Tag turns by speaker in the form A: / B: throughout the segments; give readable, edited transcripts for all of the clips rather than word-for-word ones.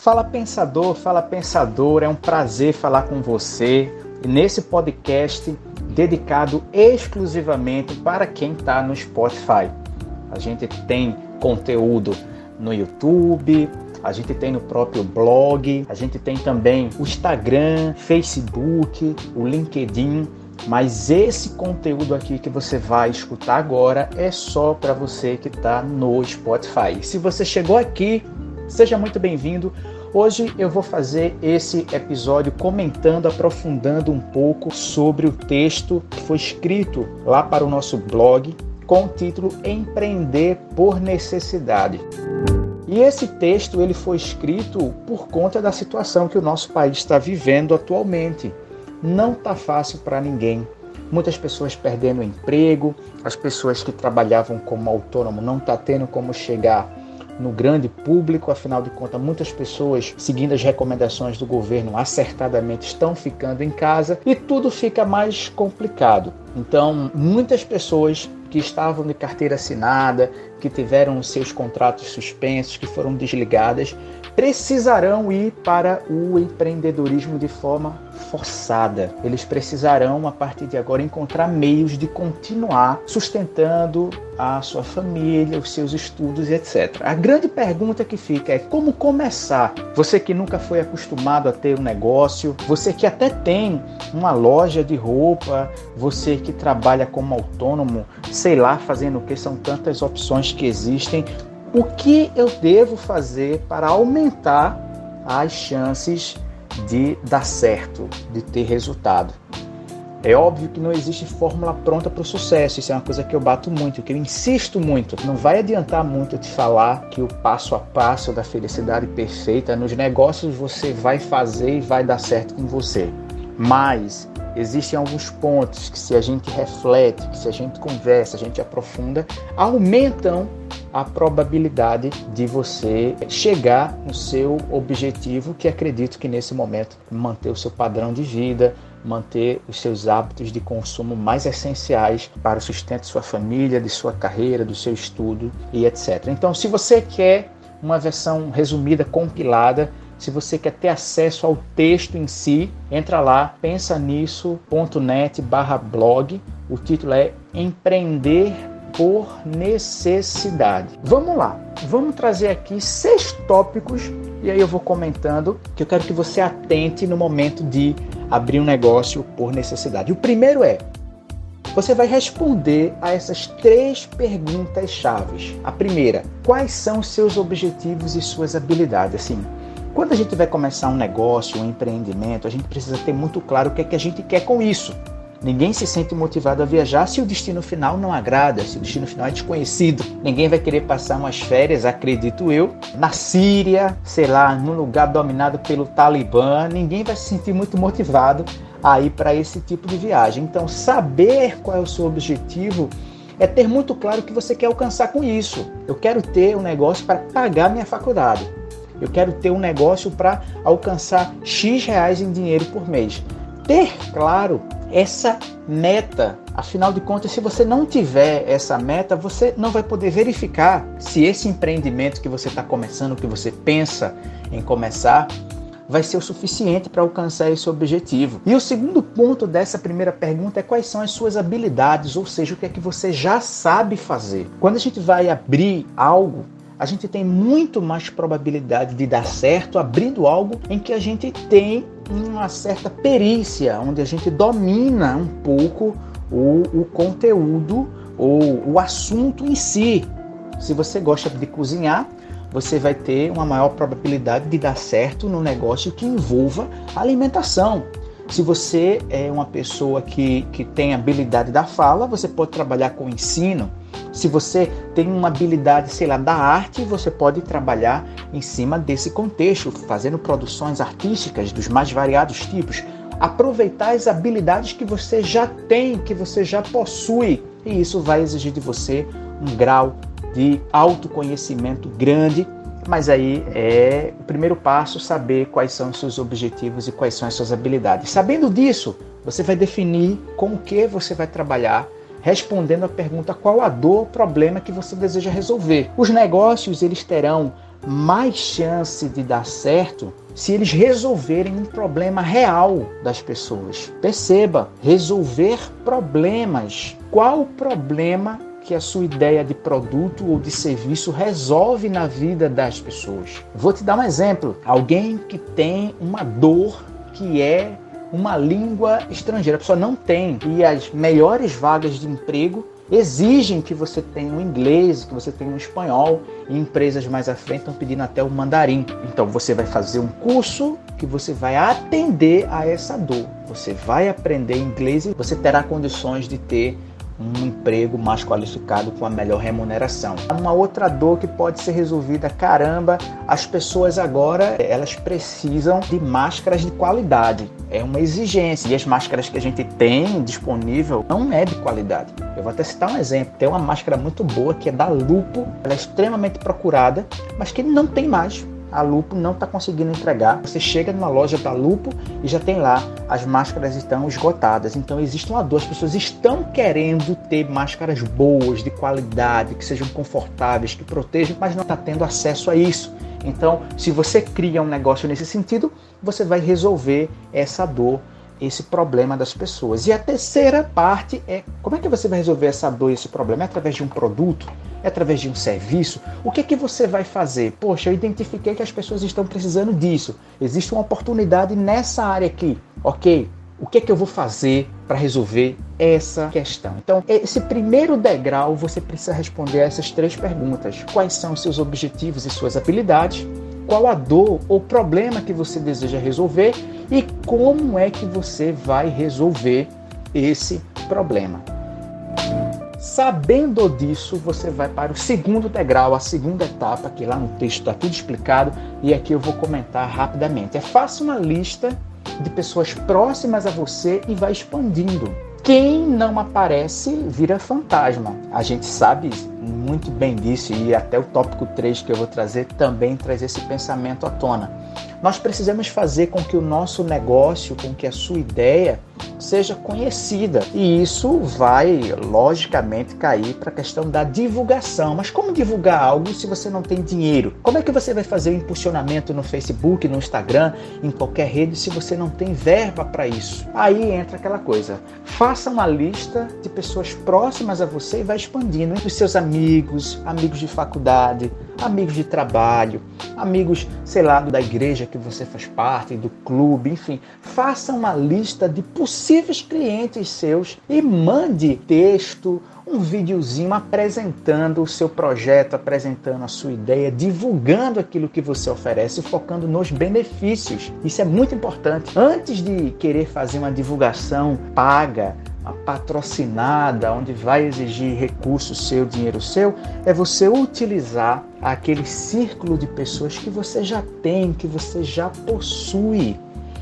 A: Fala pensador, fala pensadora, é um prazer falar com você nesse podcast dedicado exclusivamente para quem está no Spotify. A gente tem conteúdo no YouTube, a gente tem no próprio blog, a gente tem também o Instagram, Facebook, o LinkedIn, mas esse conteúdo aqui que você vai escutar agora é só para você que está no Spotify. Se você chegou aqui, seja muito bem-vindo. Hoje eu vou fazer esse episódio comentando, aprofundando um pouco sobre o texto que foi escrito lá para o nosso blog com o título Empreender por Necessidade. E esse texto ele foi escrito por conta da situação que o nosso país está vivendo atualmente. Não está fácil para ninguém. Muitas pessoas perdendo o emprego, as pessoas que trabalhavam como autônomo não estão tendo como chegar no grande público, afinal de contas, muitas pessoas, seguindo as recomendações do governo, acertadamente estão ficando em casa e tudo fica mais complicado. Então, muitas pessoas que estavam de carteira assinada, que tiveram os seus contratos suspensos, que foram desligadas, precisarão ir para o empreendedorismo de forma forçada. Eles precisarão, a partir de agora, encontrar meios de continuar sustentando a sua família, os seus estudos, etc. A grande pergunta que fica é como começar? Você que nunca foi acostumado a ter um negócio, você que até tem uma loja de roupa, você que trabalha como autônomo, sei lá, fazendo o que? São tantas opções que existem. O que eu devo fazer para aumentar as chances de dar certo, de ter resultado? É óbvio que não existe fórmula pronta para o sucesso. Isso é uma coisa que eu bato muito, que eu insisto muito. Não vai adiantar muito eu te falar que o passo a passo da felicidade perfeita nos negócios você vai fazer e vai dar certo com você. Mas existem alguns pontos que, se a gente reflete, que se a gente conversa, a gente aprofunda, aumentam a probabilidade de você chegar no seu objetivo, que acredito que nesse momento manter o seu padrão de vida, manter os seus hábitos de consumo mais essenciais para o sustento de sua família, de sua carreira, do seu estudo e etc. Então, se você quer uma versão resumida, compilada, se você quer ter acesso ao texto em si, entra lá, pensanisso.net/blog. O título é Empreender por Necessidade. Vamos lá, vamos trazer aqui 6 tópicos e aí eu vou comentando que eu quero que você atente no momento de abrir um negócio por necessidade. O primeiro é, você vai responder a essas 3 perguntas chaves. A primeira, quais são os seus objetivos e suas habilidades? Assim, quando a gente vai começar um negócio, um empreendimento, a gente precisa ter muito claro o que é que a gente quer com isso. Ninguém se sente motivado a viajar se o destino final não agrada, se o destino final é desconhecido. Ninguém vai querer passar umas férias, acredito eu, na Síria, sei lá, num lugar dominado pelo Talibã. Ninguém vai se sentir muito motivado a ir para esse tipo de viagem. Então, saber qual é o seu objetivo é ter muito claro o que você quer alcançar com isso. Eu quero ter um negócio para pagar minha faculdade. Eu quero ter um negócio para alcançar X reais em dinheiro por mês. Ter claro essa meta. Afinal de contas, se você não tiver essa meta, você não vai poder verificar se esse empreendimento que você está começando, que você pensa em começar, vai ser o suficiente para alcançar esse objetivo. E o segundo ponto dessa primeira pergunta é quais são as suas habilidades, ou seja, o que é que você já sabe fazer. Quando a gente vai abrir algo, a gente tem muito mais probabilidade de dar certo abrindo algo em que a gente tem uma certa perícia, onde a gente domina um pouco o conteúdo ou o assunto em si. Se você gosta de cozinhar, você vai ter uma maior probabilidade de dar certo no negócio que envolva alimentação. Se você é uma pessoa que tem habilidade da fala, você pode trabalhar com ensino. Se você tem uma habilidade, sei lá, da arte, você pode trabalhar em cima desse contexto, fazendo produções artísticas dos mais variados tipos. Aproveitar as habilidades que você já tem, que você já possui. E isso vai exigir de você um grau de autoconhecimento grande. Mas aí é o primeiro passo, saber quais são os seus objetivos e quais são as suas habilidades. Sabendo disso, você vai definir com o que você vai trabalhar, respondendo a pergunta qual a dor ou problema que você deseja resolver. Os negócios eles terão mais chance de dar certo se eles resolverem um problema real das pessoas. Perceba, resolver problemas. Qual o problema que a sua ideia de produto ou de serviço resolve na vida das pessoas? Vou te dar um exemplo. Alguém que tem uma dor que é uma língua estrangeira. A pessoa não tem. E as melhores vagas de emprego exigem que você tenha um inglês, que você tenha um espanhol. E empresas mais à frente estão pedindo até o mandarim. Então você vai fazer um curso que você vai atender a essa dor. Você vai aprender inglês e você terá condições de ter um emprego mais qualificado com a melhor remuneração. Uma outra dor que pode ser resolvida, caramba, as pessoas agora, elas precisam de máscaras de qualidade. É uma exigência. E as máscaras que a gente tem disponível não é de qualidade. Eu vou até citar um exemplo. Tem uma máscara muito boa que é da Lupo. Ela é extremamente procurada, mas que não tem mais. A Lupo não está conseguindo entregar. Você chega numa loja da Lupo e já tem lá, as máscaras estão esgotadas. Então existe uma dor, as pessoas estão querendo ter máscaras boas, de qualidade, que sejam confortáveis, que protejam, mas não está tendo acesso a isso. Então, se você cria um negócio nesse sentido, você vai resolver essa dor, esse problema das pessoas. E a terceira parte é, como é que você vai resolver essa dor e esse problema? É através de um produto? É através de um serviço? O que você vai fazer? Poxa, eu identifiquei que as pessoas estão precisando disso. Existe uma oportunidade nessa área aqui. Ok, o que eu vou fazer para resolver essa questão? Então, esse primeiro degrau, você precisa responder a essas 3 perguntas. Quais são os seus objetivos e suas habilidades? Qual a dor ou problema que você deseja resolver? E como é que você vai resolver esse problema? Sabendo disso, você vai para o segundo degrau, a segunda etapa, que lá no texto está tudo explicado e aqui eu vou comentar rapidamente. Faça uma lista de pessoas próximas a você e vai expandindo. Quem não aparece vira fantasma. A gente sabe muito bem disso e até o tópico 3 que eu vou trazer também traz esse pensamento à tona. Nós precisamos fazer com que o nosso negócio, com que a sua ideia seja conhecida. E isso vai, logicamente, cair para a questão da divulgação. Mas como divulgar algo se você não tem dinheiro? Como é que você vai fazer o impulsionamento no Facebook, no Instagram, em qualquer rede, se você não tem verba para isso? Aí entra aquela coisa. Faça uma lista de pessoas próximas a você e vai expandindo entre os seus amigos, amigos de faculdade, amigos de trabalho, amigos, sei lá, da igreja que você faz parte, do clube, enfim. Faça uma lista de possíveis clientes seus e mande texto, um videozinho apresentando o seu projeto, apresentando a sua ideia, divulgando aquilo que você oferece, focando nos benefícios. Isso é muito importante. Antes de querer fazer uma divulgação paga, uma patrocinada, onde vai exigir recurso seu, dinheiro seu, é você utilizar aquele círculo de pessoas que você já tem, que você já possui.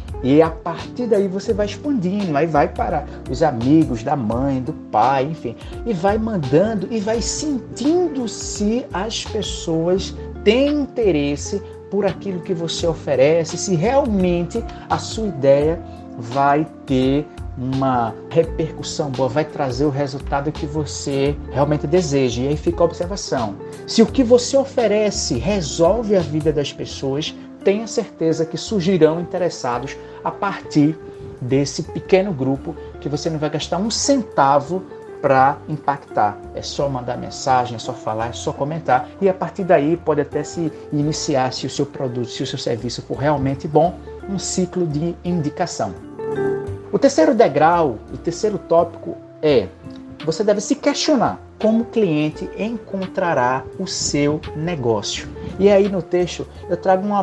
A: E a partir daí você vai expandindo, aí vai para os amigos da mãe, do pai, enfim, e vai mandando e vai sentindo se as pessoas têm interesse por aquilo que você oferece, se realmente a sua ideia vai ter uma repercussão boa, vai trazer o resultado que você realmente deseja. E aí fica a observação. Se o que você oferece resolve a vida das pessoas, tenha certeza que surgirão interessados a partir desse pequeno grupo que você não vai gastar um centavo para impactar. É só mandar mensagem, é só falar, é só comentar e a partir daí pode até se iniciar, se o seu produto, se o seu serviço for realmente bom, um ciclo de indicação. O terceiro degrau, o terceiro tópico é: você deve se questionar como o cliente encontrará o seu negócio. E aí no texto eu trago uma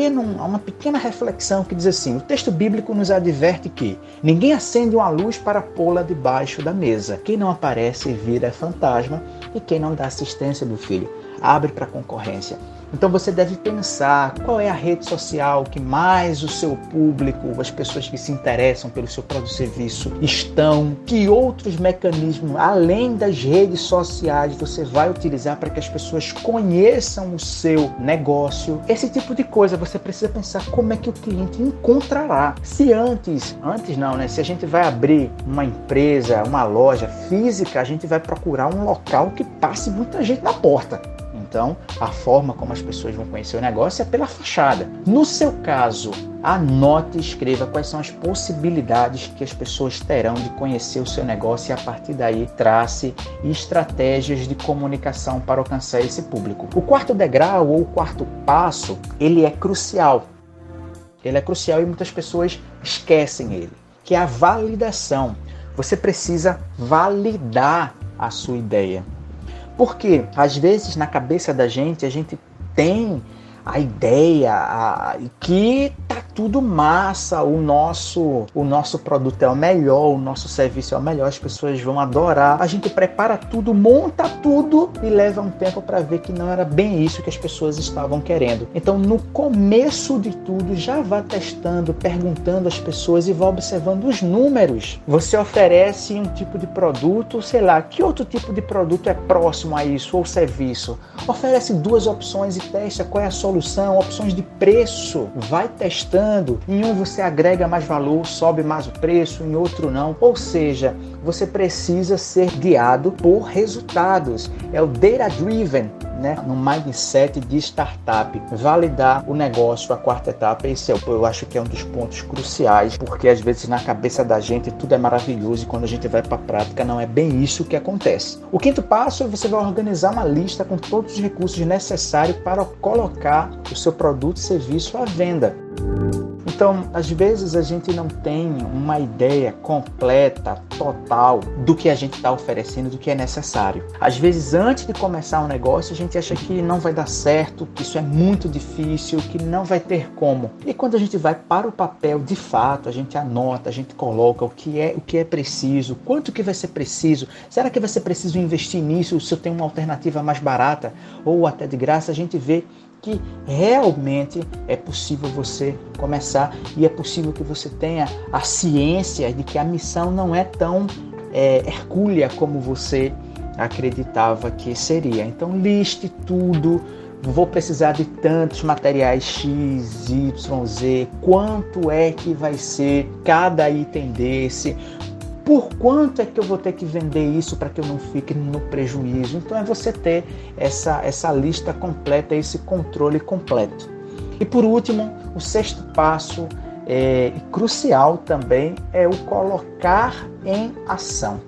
A: pequena reflexão que diz assim: o texto bíblico nos adverte que ninguém acende uma luz para pô-la debaixo da mesa. Quem não aparece vira fantasma e quem não dá assistência, meu filho, abre para a concorrência. Então você deve pensar qual é a rede social que mais o seu público, as pessoas que se interessam pelo seu produto e serviço estão, que outros mecanismos, além das redes sociais, você vai utilizar para que as pessoas conheçam o seu negócio. Esse tipo de coisa você precisa pensar como é que o cliente encontrará. Se se a gente vai abrir uma empresa, uma loja física, a gente vai procurar um local que passe muita gente na porta. Então, a forma como as pessoas vão conhecer o negócio é pela fachada. No seu caso, anote e escreva quais são as possibilidades que as pessoas terão de conhecer o seu negócio e a partir daí trace estratégias de comunicação para alcançar esse público. O quarto degrau ou o quarto passo, ele é crucial. Ele é crucial e muitas pessoas esquecem ele, que é a validação. Você precisa validar a sua ideia. Porque, às vezes, na cabeça da gente, a gente tem a ideia que tá tudo massa, o nosso produto é o melhor, o nosso serviço é o melhor, as pessoas vão adorar. A gente prepara tudo, monta tudo e leva um tempo para ver que não era bem isso que as pessoas estavam querendo. Então, no começo de tudo, já vá testando, perguntando às pessoas e vá observando os números. Você oferece um tipo de produto, sei lá, que outro tipo de produto é próximo a isso ou serviço? Oferece 2 opções e testa qual é a solução, opções de preço, vai testando. Em um você agrega mais valor, sobe mais o preço, em outro não. Ou seja, você precisa ser guiado por resultados. É o data-driven, né? No mindset de startup. Validar o negócio, a quarta etapa, esse eu acho que é um dos pontos cruciais, porque às vezes na cabeça da gente tudo é maravilhoso e quando a gente vai para a prática não é bem isso que acontece. O quinto passo é você vai organizar uma lista com todos os recursos necessários para colocar o seu produto e serviço à venda. Então, às vezes a gente não tem uma ideia completa, total, do que a gente está oferecendo, do que é necessário. Às vezes, antes de começar um negócio, a gente acha que não vai dar certo, que isso é muito difícil, que não vai ter como. E quando a gente vai para o papel, de fato, a gente anota, a gente coloca o que é preciso, quanto que vai ser preciso, será que vai ser preciso investir nisso se eu tenho uma alternativa mais barata ou até de graça, a gente vê que realmente é possível você começar e é possível que você tenha a ciência de que a missão não é tão hercúlea como você acreditava que seria. Então liste tudo, vou precisar de tantos materiais X, Y, Z, quanto é que vai ser cada item desse, por quanto é que eu vou ter que vender isso para que eu não fique no prejuízo? Então é você ter essa lista completa, esse controle completo. E por último, o sexto passo, crucial também, é o colocar em ação.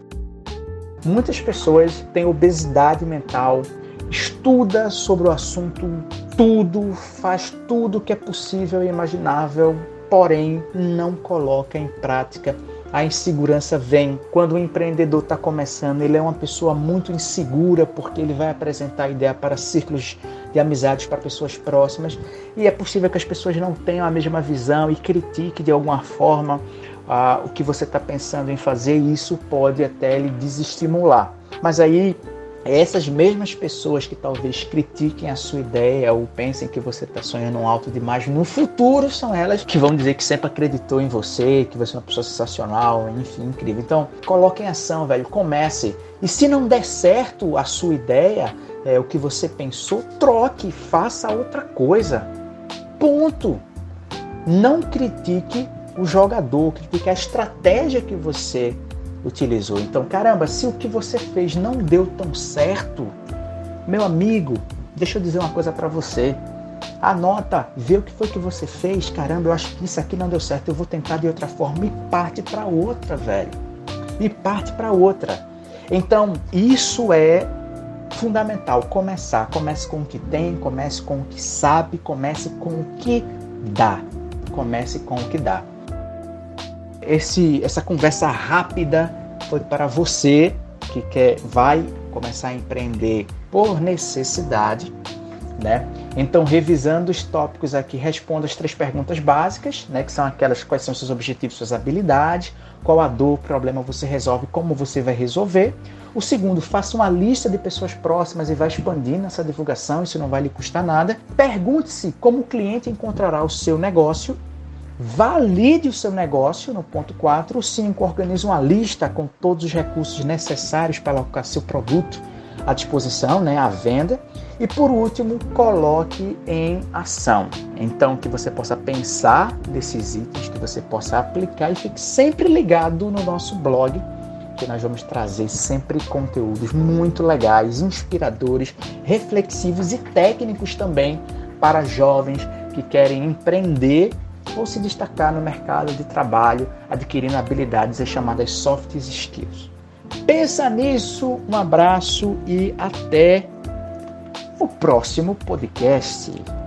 A: Muitas pessoas têm obesidade mental, estuda sobre o assunto tudo, faz tudo que é possível e imaginável, porém não coloca em prática. A insegurança vem. Quando o empreendedor está começando, ele é uma pessoa muito insegura porque ele vai apresentar a ideia para círculos de amizades, para pessoas próximas e é possível que as pessoas não tenham a mesma visão e critiquem de alguma forma o que você está pensando em fazer e isso pode até lhe desestimular. Mas aí essas mesmas pessoas que talvez critiquem a sua ideia ou pensem que você está sonhando alto demais, no futuro são elas que vão dizer que sempre acreditou em você, que você é uma pessoa sensacional, enfim, incrível. Então, coloque em ação, velho, comece. E se não der certo a sua ideia, o que você pensou, troque, faça outra coisa. Ponto. Não critique o jogador, critique a estratégia que você utilizou. Então, caramba, se o que você fez não deu tão certo, meu amigo, deixa eu dizer uma coisa para você. Anota, vê o que foi que você fez. Caramba, eu acho que isso aqui não deu certo, eu vou tentar de outra forma e parte para outra, velho. E parte para outra. Então, isso é fundamental. Comece com o que tem, comece com o que sabe, comece com o que dá. Comece com o que dá. Essa conversa rápida foi para você que vai começar a empreender por necessidade, né? Então, revisando os tópicos aqui, responda as 3 perguntas básicas, né? Que são aquelas: quais são seus objetivos, suas habilidades, qual a dor, problema você resolve, como você vai resolver. O segundo, faça uma lista de pessoas próximas e vai expandindo essa divulgação, isso não vai lhe custar nada. Pergunte-se como o cliente encontrará o seu negócio. Valide o seu negócio no ponto 4. O 5, organize uma lista com todos os recursos necessários para colocar seu produto à disposição, né, à venda. E por último, coloque em ação. Então, que você possa pensar desses itens, que você possa aplicar e fique sempre ligado no nosso blog, porque nós vamos trazer sempre conteúdos muito legais, inspiradores, reflexivos e técnicos também para jovens que querem empreender ou se destacar no mercado de trabalho, adquirindo habilidades chamadas soft skills. Pensa nisso, um abraço e até o próximo podcast.